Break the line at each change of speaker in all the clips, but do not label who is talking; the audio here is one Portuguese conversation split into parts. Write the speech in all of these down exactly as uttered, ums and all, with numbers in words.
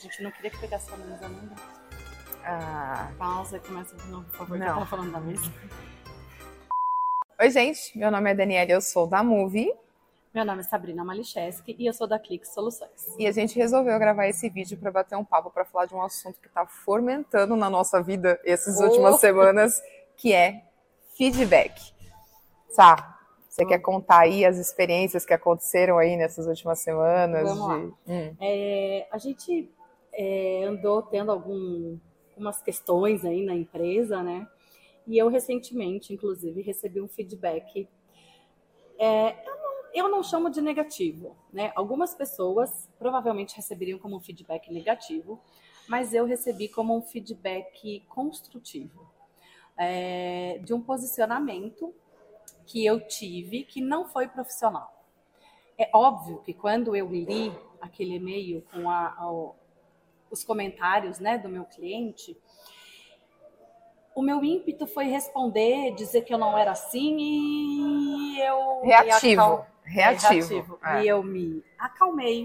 A gente não queria que pegasse a mesa ainda.
Ah.
Pausa e começa de novo, por favor,
Não.
que eu tava falando da mesa.
Oi, gente. Meu nome é Daniela, eu sou da Move.
Meu nome é Sabrina Malicheski e eu sou da Clique Soluções.
E a gente resolveu gravar esse vídeo para bater um papo, para falar de um assunto que está fomentando na nossa vida essas
Oh.
últimas semanas, que é feedback. Tá, você oh. quer contar aí as experiências que aconteceram aí nessas últimas semanas?
Vamos lá.
De... Hum.
É, a gente é, andou tendo algum, algumas questões aí na empresa, né? E eu recentemente, inclusive, recebi um feedback. É, eu, não, eu não chamo de negativo, né? Algumas pessoas provavelmente receberiam como um feedback negativo, mas eu recebi como um feedback construtivo. É, de um posicionamento que eu tive que não foi profissional. É óbvio que quando eu li aquele e-mail com a, a, os comentários, né, do meu cliente, o meu ímpeto foi responder, dizer que eu não era assim e eu...
Reativo.
Acal...
Reativo.
reativo.
É.
E eu me acalmei,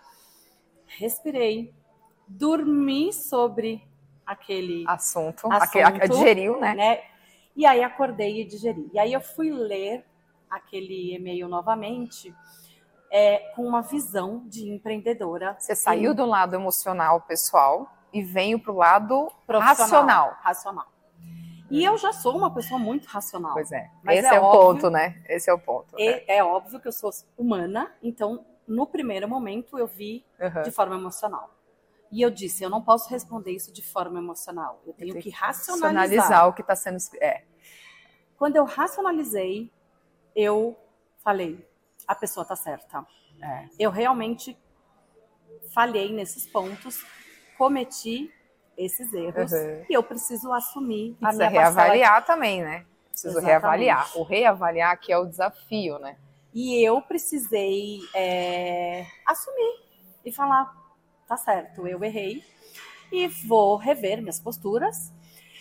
respirei, dormi sobre aquele
assunto,
assunto
aquele, digeriu, né?
né? E aí acordei e digeri. E aí eu fui ler aquele e-mail novamente é, com uma visão de empreendedora.
Você saiu
e...
do lado emocional, pessoal, e veio para o lado
racional.
racional.
racional. E eu já sou uma pessoa muito racional.
Pois é.
Mas
Esse
é,
é o
óbvio,
ponto, né? Esse é o ponto.
É, é óbvio que eu sou humana, então no primeiro momento eu vi
uhum.
de forma emocional. E eu disse, eu não posso responder isso de forma emocional. Eu tenho, eu tenho que racionalizar.
Racionalizar o que está sendo... É.
Quando eu racionalizei, eu falei, a pessoa está certa.
É.
Eu realmente falhei nesses pontos, cometi esses erros
uhum.
e eu preciso assumir
e
a minha
reavaliar
parcela...
também, né? Preciso
Exatamente.
reavaliar. O reavaliar que é o desafio, né?
E eu precisei é, assumir e falar, tá certo, eu errei e vou rever minhas posturas.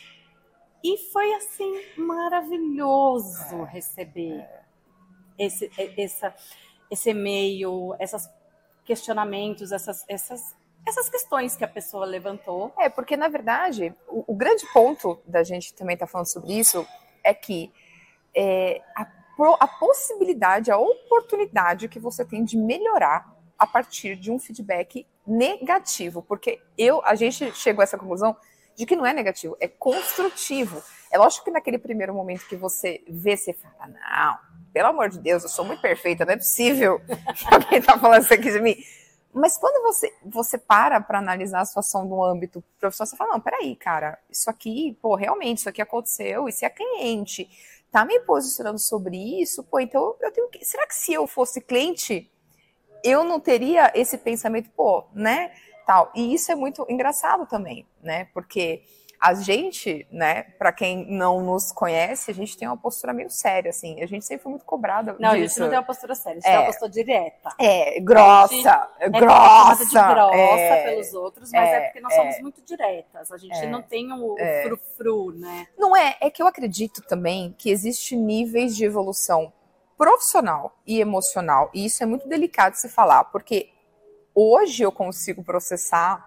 E foi, assim, maravilhoso
é,
receber
é.
esse, essa, esse e-mail, esses questionamentos, essas, essas, essas questões que a pessoa levantou.
É, porque, na verdade, o, o grande ponto da gente também estar tá falando sobre isso é que é, a, a possibilidade, a oportunidade que você tem de melhorar a partir de um feedback negativo. Porque eu, a gente chegou a essa conclusão de que não é negativo, é construtivo. É lógico que naquele primeiro momento que você vê, você fala, não, pelo amor de Deus, eu sou muito perfeita, não é possível que alguém tá falando isso aqui de mim. Mas quando você, você para para analisar a situação do âmbito profissional, você fala, não, peraí, cara, isso aqui, pô, realmente, isso aqui aconteceu, e se a cliente tá me posicionando sobre isso, pô, então eu tenho que... Será que se eu fosse cliente, eu não teria esse pensamento, pô, né, tal? E isso é muito engraçado também, né, porque a gente, né, para quem não nos conhece, a gente tem uma postura meio séria, assim, a gente sempre foi muito cobrada
não,
disso.
Não, a gente não tem uma postura séria, a gente
é,
tem uma postura direta.
É, grossa,
é
grossa.
de grossa
é,
pelos outros, mas é, é porque nós
é,
somos muito diretas, a gente
é,
não tem o,
é.
o frufru, né?
Não é, é que eu acredito também que existe níveis de evolução profissional e emocional, e isso é muito delicado de se falar, porque hoje eu consigo processar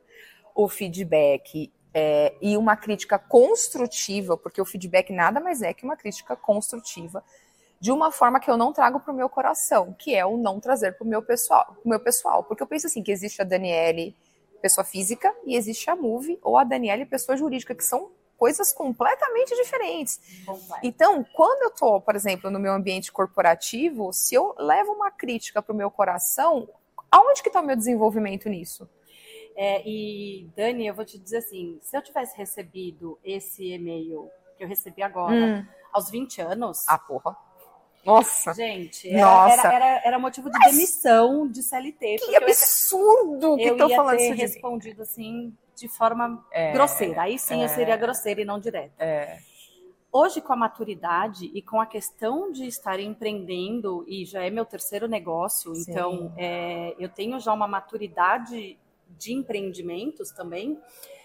o feedback é, e uma crítica construtiva, porque o feedback nada mais é que uma crítica construtiva, de uma forma que eu não trago para o meu coração, que é o não trazer para o meu pessoal, pro meu pessoal. Porque eu penso assim, que existe a Daniele, pessoa física, e existe a Move, ou a Daniele, pessoa jurídica, que são coisas completamente diferentes.
Completo.
Então, quando eu estou, por exemplo, no meu ambiente corporativo, se eu levo uma crítica para o meu coração, aonde que está o meu desenvolvimento nisso?
É, e, Dani, eu vou te dizer assim, se eu tivesse recebido esse e-mail que eu recebi agora, hum. aos vinte anos...
Ah, porra. Nossa.
Gente, era,
Nossa.
Era, era, era motivo de Mas demissão de C L T.
Que absurdo que estão falando isso.
Eu ia ter respondido assim, de forma é, grosseira. Aí sim é, eu seria grosseira e não direta.
É.
Hoje, com a maturidade e com a questão de estar empreendendo, e já é meu terceiro negócio, sim. Então é, eu tenho já uma maturidade de empreendimentos também,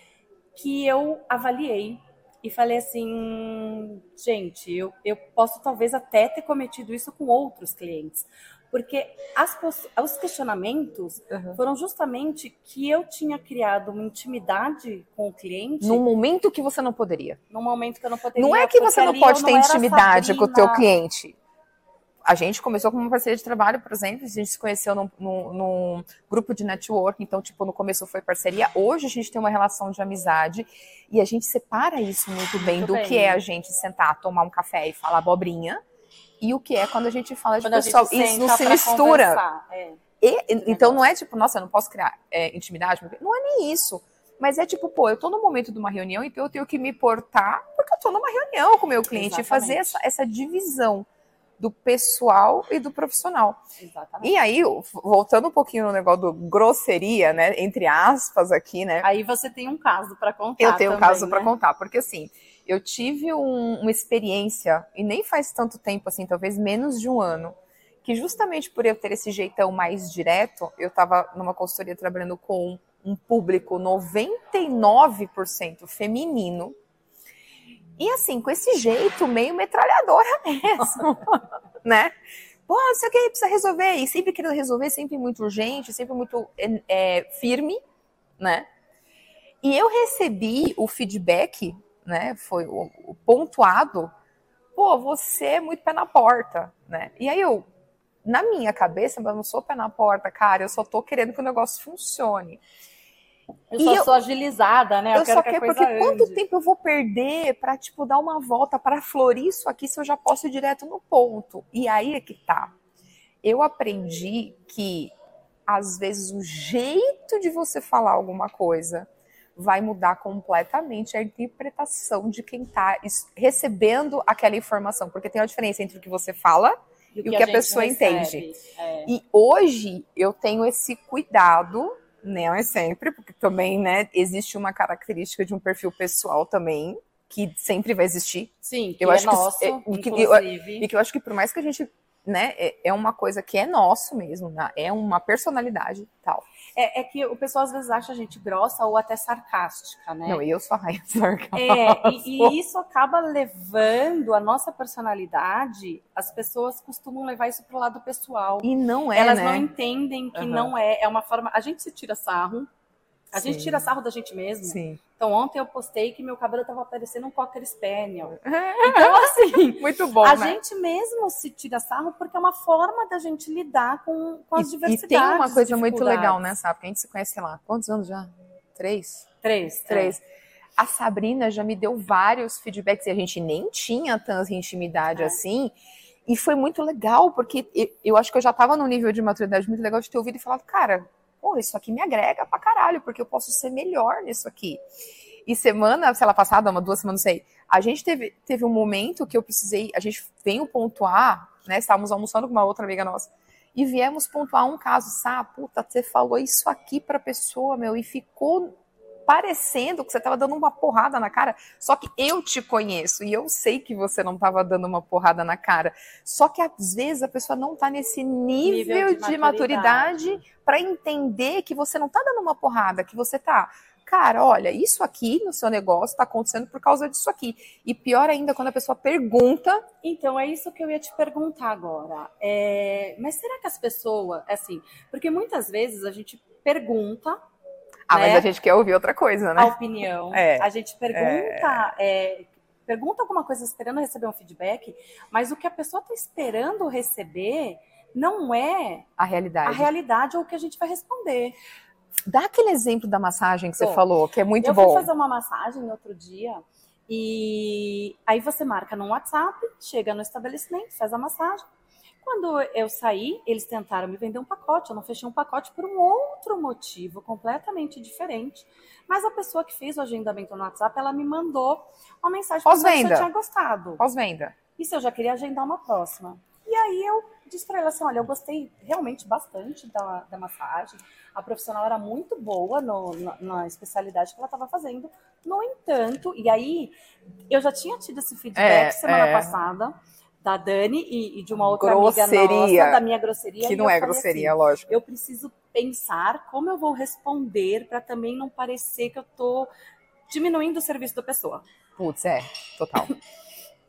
que eu avaliei e falei assim, gente, eu, eu posso talvez até ter cometido isso com outros clientes, Porque as, os questionamentos uhum. foram justamente que eu tinha criado uma intimidade com o cliente.
Num momento que você não poderia.
Num momento que eu não poderia.
Não é que você não pode ter intimidade com o teu cliente. A gente começou como uma parceria de trabalho, por exemplo, a gente se conheceu num, num, num grupo de network, então, tipo, no começo foi parceria. Hoje a gente tem uma relação de amizade e a gente separa isso muito bem muito do bem. que é a gente sentar, tomar um café e falar abobrinha e o que é quando a gente fala de pessoal. Isso não se mistura. É. E, então não é tipo, nossa, eu não posso criar é, intimidade. Não é nem isso. Mas é tipo, pô, eu tô no momento de uma reunião, então eu tenho que me portar porque eu tô numa reunião com o meu cliente. Exatamente. E fazer essa, essa divisão do pessoal e do profissional. Exatamente. E aí, voltando um pouquinho no negócio do grosseria, né, entre aspas aqui, né.
Aí você tem um caso para contar.
Eu tenho
também,
um caso
né?
para contar, porque assim, eu tive um, uma experiência, e nem faz tanto tempo assim, talvez menos de um ano, que justamente por eu ter esse jeitão mais direto, eu estava numa consultoria trabalhando com um público noventa e nove por cento feminino, e assim, com esse jeito meio metralhadora mesmo, né? Pô, não sei o que, precisa resolver. E sempre querendo resolver, sempre muito urgente, sempre muito é, firme, né? E eu recebi o feedback, né? Foi o, o pontuado. Pô, você é muito pé na porta, né? E aí eu, na minha cabeça, mas eu não sou pé na porta, cara, eu só tô querendo que o negócio funcione.
Eu só e sou eu, agilizada, né? Eu, eu quero só que
quero, porque ande. Quanto tempo eu vou perder para, tipo, dar uma volta para florir isso aqui se eu já posso ir direto no ponto? E aí é que tá. Eu aprendi que, às vezes, o jeito de você falar alguma coisa vai mudar completamente a interpretação de quem tá recebendo aquela informação. Porque tem uma diferença entre o que você fala e o que, e o que a, a pessoa recebe. entende. É. E hoje eu tenho esse cuidado. Não é sempre, porque também, né, existe uma característica de um perfil pessoal também, que sempre vai existir.
Sim, que
eu
é
acho
nosso,
que,
inclusive.
E que eu acho que por mais que a gente, né, é, é uma coisa que é nosso mesmo, né, é uma personalidade e tal.
É, é que o pessoal às vezes acha a gente grossa ou até sarcástica, né?
Não, eu sou a rainha sarcástica.
É, e, e isso acaba levando a nossa personalidade, as pessoas costumam levar isso pro lado pessoal.
E não é,
Elas
né?
não entendem que uhum. não é, é uma forma... A gente se tira sarro, a Sim. gente tira sarro da gente mesmo.
Sim.
Então ontem eu postei que meu cabelo tava parecendo um Cocker Spaniel. Então assim,
muito bom,
a
né?
gente mesmo se tira sarro porque é uma forma da gente lidar com, com as
e,
diversidades.
E tem uma coisa muito legal, né, sabe? Porque a gente se conhece, sei lá, quantos anos já? Três?
Três.
Três. É. A Sabrina já me deu vários feedbacks e a gente nem tinha tanta intimidade é. assim. E foi muito legal, porque eu, eu acho que eu já tava num nível de maturidade muito legal de ter ouvido e falado, cara, pô, isso aqui me agrega pra caralho, porque eu posso ser melhor nisso aqui. E semana, sei lá, passada, uma, duas semanas, não sei, a gente teve, teve um momento que eu precisei, a gente veio pontuar, né, estávamos almoçando com uma outra amiga nossa, e viemos pontuar um caso, sabe, puta, você falou isso aqui pra pessoa, meu, e ficou parecendo que você estava dando uma porrada na cara, só que eu te conheço e eu sei que você não estava dando uma porrada na cara, só que às vezes a pessoa não está nesse nível, nível de, de maturidade, maturidade para entender que você não está dando uma porrada, que você tá, cara, olha, isso aqui no seu negócio está acontecendo por causa disso aqui. E pior ainda quando a pessoa pergunta.
Então, é isso que eu ia te perguntar agora. É... Mas será que as pessoas, assim, porque muitas vezes a gente pergunta.
Ah,
né?
Mas a gente quer ouvir outra coisa, né?
A opinião. É, a gente pergunta, é... É, pergunta alguma coisa esperando receber um feedback, mas o que a pessoa está esperando receber não é
a realidade.
A realidade ou o que a gente vai responder.
Dá aquele exemplo da massagem que bom, você falou, que é muito
eu
bom.
Eu fui fazer uma massagem outro dia e aí você marca no WhatsApp, chega no estabelecimento, faz a massagem. Quando eu saí, eles tentaram me vender um pacote. Eu não fechei um pacote por um outro motivo, completamente diferente. Mas a pessoa que fez o agendamento no WhatsApp, ela me mandou uma mensagem falando se eu tinha gostado.
Pós-venda.
E se eu já queria agendar uma próxima. E aí eu disse para ela assim, olha, eu gostei realmente bastante da, da massagem. A profissional era muito boa no, na, na especialidade que ela estava fazendo. No entanto, e aí eu já tinha tido esse feedback é, semana é. passada, da Dani e, e de uma outra grosseria, amiga nossa, da minha grosseria.
Que não é grosseria,
assim,
lógico.
Eu preciso pensar como eu vou responder para também não parecer que eu tô diminuindo o serviço da pessoa.
Putz, é, total.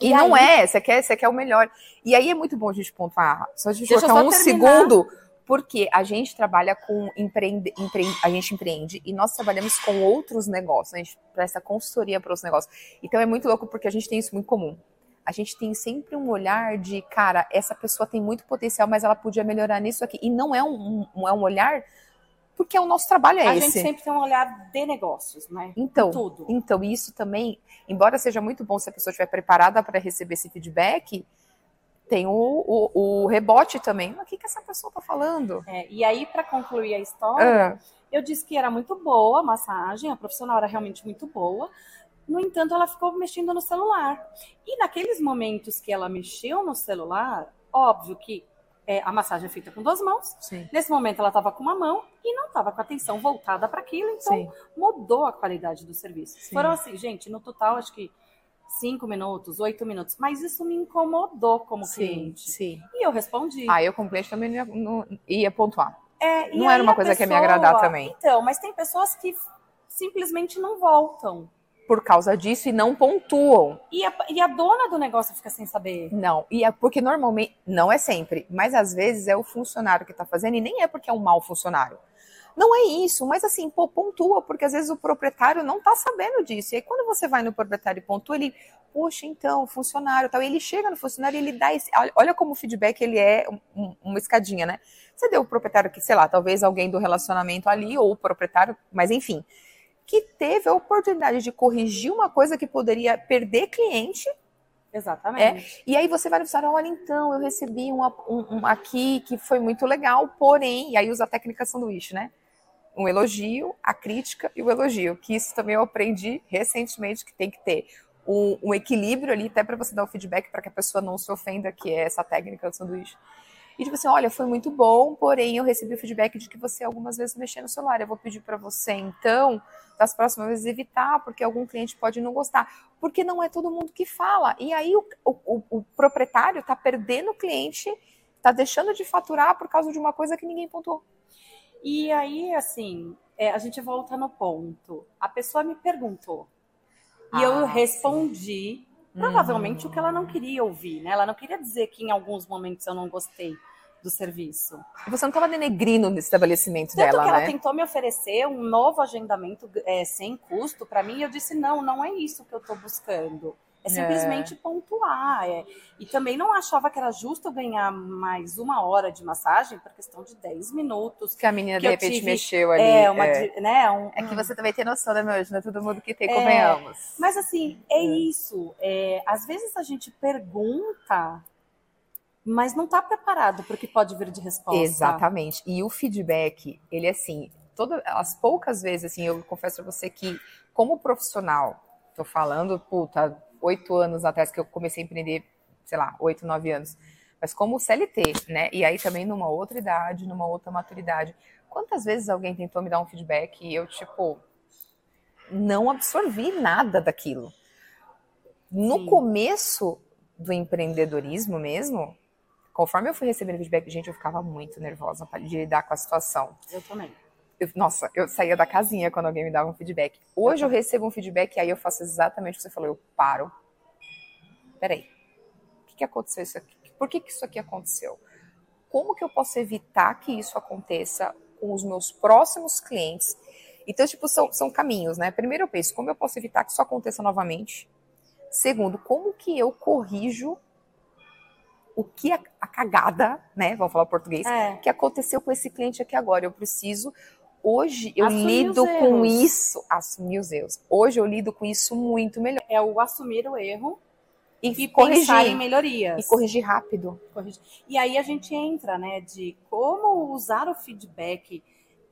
E, e não aí... é, você quer, você quer o melhor. E aí é muito bom a gente pontuar. Só a gente Deixa colocar um terminar. segundo, porque a gente trabalha com empreende, empreende, a gente empreende e nós trabalhamos com outros negócios. A gente presta consultoria para os negócios. Então é muito louco porque a gente tem isso muito comum. A gente tem sempre um olhar de, cara, essa pessoa tem muito potencial, mas ela podia melhorar nisso aqui. E não é um, um, é um olhar, porque o nosso trabalho é
a
esse.
A gente sempre tem um olhar de negócios, né?
Então,
tudo.
Então, isso também, embora seja muito bom se a pessoa estiver preparada para receber esse feedback, tem o, o, o rebote também. Mas o que, que essa pessoa está falando?
É, e aí, para concluir a história, ah. eu disse que era muito boa a massagem, a profissional era realmente muito boa. No entanto, ela ficou mexendo no celular. E naqueles momentos que ela mexeu no celular, óbvio que é, a massagem é feita com duas mãos.
Sim.
Nesse momento, ela estava com uma mão e não estava com a atenção voltada para aquilo. Então,
Sim.
mudou a qualidade do serviço.
Sim.
Foram assim, gente, no total, acho que cinco minutos, oito minutos. Mas isso me incomodou como
sim,
cliente.
Sim.
E eu respondi.
Ah, eu como cliente também não ia, não ia pontuar.
É,
não era uma coisa
pessoa...
que ia me agradar também.
Então, mas tem pessoas que simplesmente não voltam.
Por causa disso e não pontuam.
E a, e a dona do negócio fica sem saber.
Não, e é porque normalmente, não é sempre, mas às vezes é o funcionário que está fazendo e nem é porque é um mau funcionário. Não é isso, mas assim, pô, pontua, porque às vezes o proprietário não está sabendo disso. E aí quando você vai no proprietário e pontua, ele, poxa, então, funcionário tal, e ele chega no funcionário e ele dá esse, olha como o feedback ele é um, uma escadinha, né? Você deu o proprietário que, sei lá, talvez alguém do relacionamento ali, ou o proprietário, mas enfim, que teve a oportunidade de corrigir uma coisa que poderia perder cliente.
Exatamente.
É, e aí você vai no funcionário, olha, então, eu recebi um, um, um aqui que foi muito legal, porém, e aí usa a técnica sanduíche, né? Um elogio, a crítica e o elogio, que isso também eu aprendi recentemente, que tem que ter um, um equilíbrio ali, até para você dar o feedback, para que a pessoa não se ofenda, que é essa técnica do sanduíche. E tipo assim, olha, foi muito bom, porém eu recebi o feedback de que você algumas vezes mexeu no celular. Eu vou pedir para você, então, das próximas vezes evitar, porque algum cliente pode não gostar. Porque não é todo mundo que fala. E aí o, o, o proprietário está perdendo o cliente, está deixando de faturar por causa de uma coisa que ninguém pontuou.
E aí, assim, é, a gente volta no ponto. A pessoa me perguntou. E ah, eu respondi... Sim. Provavelmente hum. o que ela não queria ouvir, né? Ela não queria dizer que em alguns momentos eu não gostei do serviço.
Você não estava denegrindo no estabelecimento
Tanto
dela,
que
né?
Ela tentou me oferecer um novo agendamento é, sem custo para mim e eu disse, não, não é isso que eu estou buscando. É simplesmente é. pontuar. É. E também não achava que era justo eu ganhar mais uma hora de massagem por questão de dez minutos.
Que a menina,
que
de repente,
tive,
mexeu ali.
É, uma,
é.
Né, um,
é que você também tem noção, né, meu? Não é todo mundo que tem,
é,
convenhamos.
Mas, assim, é, é. isso. É, às vezes a gente pergunta, mas não está preparado para o que pode vir de resposta.
Exatamente. E o feedback, ele, assim, todas as poucas vezes, assim, eu confesso para você que, como profissional, tô falando, puta... oito anos atrás que eu comecei a empreender, sei lá, oito, nove anos. Mas como C L T, né? E aí também numa outra idade, numa outra maturidade. Quantas vezes alguém tentou me dar um feedback e eu, tipo, não absorvi nada daquilo. No Sim. começo do empreendedorismo mesmo, conforme eu fui recebendo feedback, gente, eu ficava muito nervosa de lidar com a situação.
Eu também.
Eu, nossa, eu saía da casinha quando alguém me dava um feedback. Hoje eu recebo um feedback e aí eu faço exatamente o que você falou. Eu paro. Peraí. O que, que aconteceu isso aqui? Por que, que isso aqui aconteceu? Como que eu posso evitar que isso aconteça com os meus próximos clientes? Então, tipo, são, são caminhos, né? Primeiro eu penso, como eu posso evitar que isso aconteça novamente? Segundo, como que eu corrijo o que a, a cagada, né? Vamos falar português.
É.
Que aconteceu com esse cliente aqui agora. Eu preciso... Hoje eu
assumir
lido com isso, assumir os erros. Hoje eu lido com isso muito melhor.
É o assumir o erro
e,
e
corrigir
pensar em melhorias.
E corrigir rápido.
Corrigir. E aí a gente entra, né, de como usar o feedback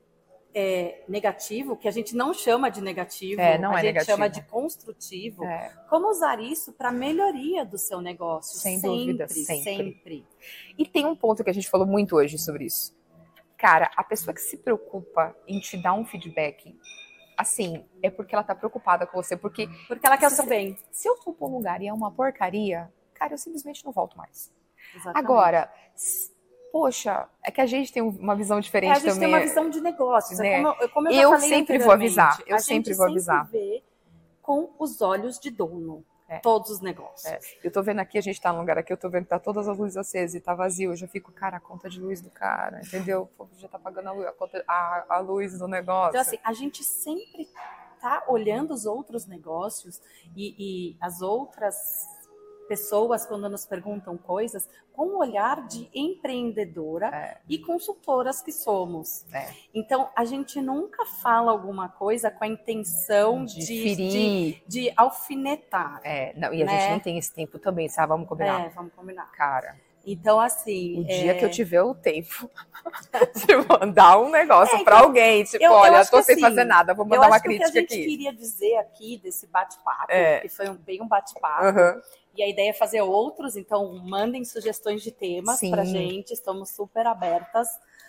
é, negativo, que a gente não chama de negativo,
é, não
a
é
gente
negativo.
chama de construtivo.
É.
Como usar isso para melhoria do seu negócio?
Sem
sempre,
dúvida, sempre.
sempre.
E tem um ponto que a gente falou muito hoje sobre isso. Cara, a pessoa que se preocupa em te dar um feedback, assim, é porque ela tá preocupada com você, porque...
Porque ela quer o seu bem.
Se eu for pra um lugar e é uma porcaria, cara, eu simplesmente não volto mais.
Exatamente.
Agora, poxa, é que a gente tem uma visão diferente
é, a gente
também.
tem uma visão de negócios.
Né?
É como, eu, como eu, já
eu
falei
sempre vou avisar, eu sempre vou avisar.
A gente sempre vê com os olhos de dono.
É.
Todos os negócios.
É. Eu tô vendo aqui, a gente tá num lugar aqui, eu tô vendo que tá todas as luzes acesas e tá vazio. Eu já fico, cara, a conta de luz do cara, entendeu? O povo já tá pagando a luz, a, conta, a, a luz do negócio.
Então, assim, a gente sempre tá olhando os outros negócios e, e as outras pessoas, quando nos perguntam coisas, com um olhar de empreendedora
É.
e consultoras que somos.
É.
Então, a gente nunca fala alguma coisa com a intenção
De
de,
ferir.
de, de alfinetar.
É, não, e a
né?
gente nem tem esse tempo também, sabe? Vamos combinar.
É, vamos combinar.
Cara,
Então, assim...
o dia
é...
que eu tiver o tempo de mandar um negócio
É,
pra
então,
alguém, tipo,
eu- eu
olha,
acho
tô
que,
sem
assim,
fazer nada, vou
Eu
mandar uma
acho que o que
crítica
a gente
aqui.
queria dizer aqui desse bate-papo,
É.
que foi um, bem um bate-papo,
Aham.
e a ideia é fazer outros, então mandem sugestões de temas
Sim.
pra gente, estamos super abertas.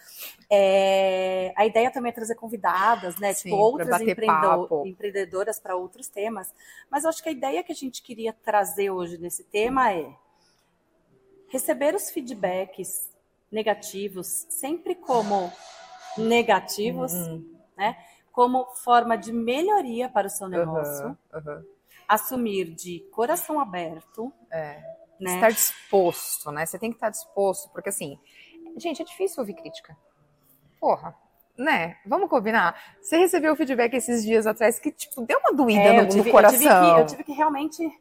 É, a ideia também é trazer convidadas, né?
Sim,
Tipo,
pra
outras
bater
empreendo-
papo.
empreendedoras para outros temas. Mas eu acho que a ideia que a gente queria trazer hoje nesse tema é receber os feedbacks negativos, sempre como negativos,
Uhum.
né? Como forma de melhoria para o seu negócio.
Aham, aham.
Assumir de coração aberto,
É.
né?
Estar disposto, né? Você tem que estar disposto, porque assim, gente, é difícil ouvir crítica. Porra, né? Vamos combinar? Você recebeu o feedback esses dias atrás que, tipo, deu uma doída
É,
no,
eu, tive,
no coração.
eu, tive que, eu tive que realmente...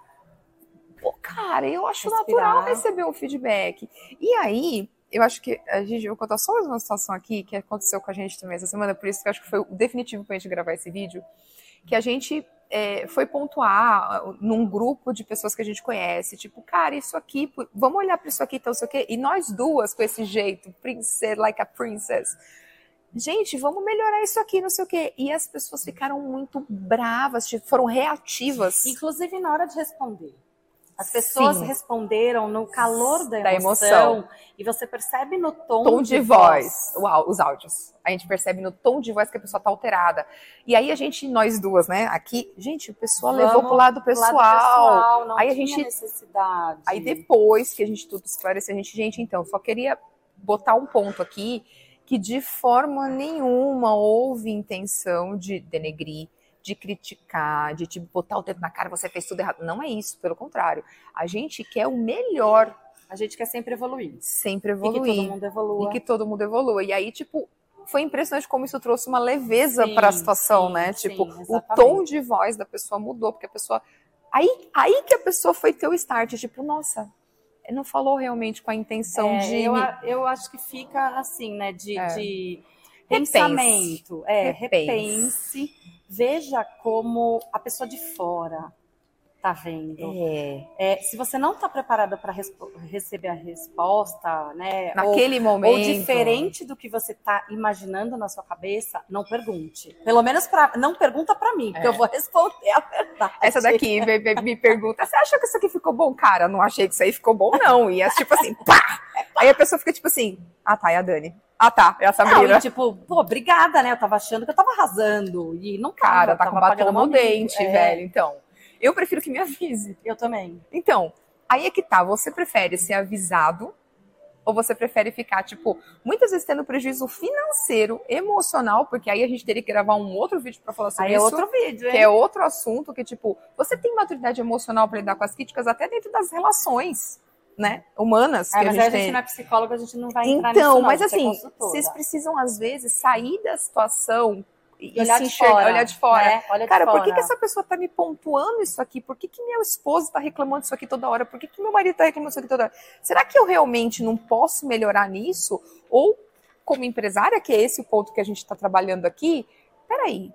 Pô, cara, eu acho
Respirar.
natural receber um feedback. E aí, eu acho que a gente, eu vou contar só mais uma situação aqui que aconteceu com a gente também essa semana, por isso que eu acho que foi o definitivo pra gente gravar esse vídeo, que a gente é, foi pontuar num grupo de pessoas que a gente conhece, tipo, cara, isso aqui, vamos olhar pra isso aqui, então, sei o quê, e nós duas com esse jeito, princess, like a princess, gente, vamos melhorar isso aqui, não sei o quê. E as pessoas ficaram muito bravas, tipo, foram reativas.
Inclusive na hora de responder. As pessoas
Sim.
responderam no calor da emoção,
Da emoção.
E você percebe no tom,
Tom de, de voz, voz. Uau, os áudios. A gente percebe no tom de voz que a pessoa tá alterada. E aí a gente, nós duas, né, aqui, gente, o pessoal
Vamos
levou pro lado pessoal.
Lado pessoal não
aí a
tinha
gente,
necessidade.
Aí depois que a gente tudo esclareceu, a gente, gente, então, só queria botar um ponto aqui que de forma nenhuma houve intenção de denegrir, de criticar, de tipo, botar o dedo na cara, você fez tudo errado. Não é isso, pelo contrário. A gente quer o melhor.
A gente quer sempre evoluir.
Sempre evoluir.
E que todo mundo evolua.
E que todo mundo evolua. E aí, tipo, foi impressionante como isso trouxe uma leveza
Sim,
para a situação,
sim,
né?
sim,
Tipo, o
exatamente.
tom de voz da pessoa mudou, porque a pessoa... Aí, aí que a pessoa foi ter o start, tipo, nossa, não falou realmente com a intenção
É,
de...
eu, eu acho que fica assim, né? De,
É.
de
Repense.
pensamento. É,
Repense.
repense. Veja como a pessoa de fora tá vendo.
É.
É, se você não está preparada para receber a resposta, né?
Naquele
ou,
momento.
Ou diferente do que você está imaginando na sua cabeça, não pergunte. Pelo menos pra, não pergunta para mim, porque
É.
eu vou responder a verdade.
Essa daqui me, me pergunta, você achou que isso aqui ficou bom? Cara, não achei que isso aí ficou bom, não. E é tipo assim, pá! Aí a pessoa fica tipo assim, ah tá, é a Dani. Ah tá, é a Sabrina.
Não, e tipo, pô, obrigada, né? Eu tava achando que eu tava arrasando. E não tava,
Cara, tá
tava
com batom
pagando
no
um amigo.
dente,
É,
velho. Então, eu prefiro que me avise.
Eu também.
Então, aí é que tá. Você prefere ser avisado ou você prefere ficar, tipo, muitas vezes tendo prejuízo financeiro, emocional, porque aí a gente teria que gravar um outro vídeo pra falar sobre
Aí é
isso.
outro vídeo, hein?
Que é outro assunto que, tipo, você tem maturidade emocional pra lidar com as críticas até dentro das relações, né, humanas que
É,
a
mas
gente
a gente
tem.
não é psicóloga, a gente não vai entrar
Então,
nisso, não,
mas
você é
assim,
consultora.
vocês precisam, às vezes, sair da situação e,
E olhar
se
de
enxergar,
fora,
olhar de fora.
né? Olha de
Cara, por que,
fora.
que essa pessoa tá me pontuando isso aqui? Por que, que meu esposo tá reclamando isso aqui toda hora? Por que, que meu marido tá reclamando isso aqui toda hora? Será que eu realmente não posso melhorar nisso? Ou, como empresária, que é esse o ponto que a gente tá trabalhando aqui, peraí,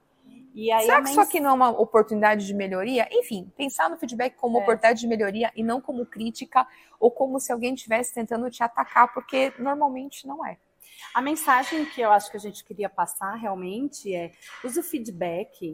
E aí
será
a
que
mens-
isso aqui não é uma oportunidade de melhoria? Enfim, pensar no feedback como
É.
oportunidade de melhoria e não como crítica ou como se alguém estivesse tentando te atacar, porque normalmente não é.
A mensagem que eu acho que a gente queria passar realmente é: use o feedback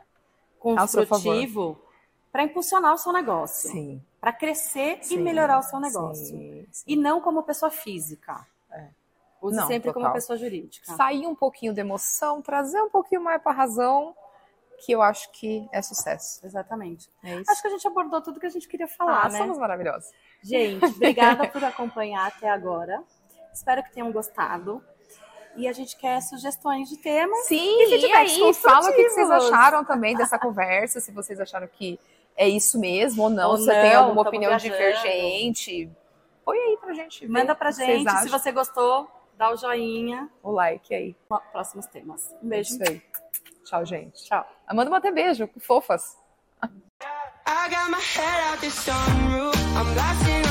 Ao seu
construtivo para impulsionar o seu negócio,
Sim.
para crescer
Sim,
e melhorar o seu negócio.
sim, sim.
E não como pessoa física.
É.
Use
Não,
sempre como
total.
pessoa jurídica.
Sair um pouquinho da emoção, trazer um pouquinho mais para a razão, que eu acho que é sucesso.
Exatamente.
É isso.
Acho que a gente abordou tudo que a gente queria falar,
Ah,
né?
somos maravilhosos.
Gente, obrigada por acompanhar até agora. Espero que tenham gostado. E a gente quer sugestões de temas.
Sim,
E
e
feedbacks
aí, fala o que que vocês
construtivos.
acharam também dessa conversa, se vocês acharam que é isso mesmo ou não,
ou
se você
não,
tem alguma
tamo
opinião
viajando.
divergente, põe aí pra gente ver.
Manda pra
o que
gente,
vocês
se
acham.
você gostou, dá o joinha.
O like aí.
Próximos temas. Um
É
beijo.
isso aí. Tchau, gente.
Tchau.
Amanda Mate, beijo. Fofas.
I got my head out the sunroof. I'm blasting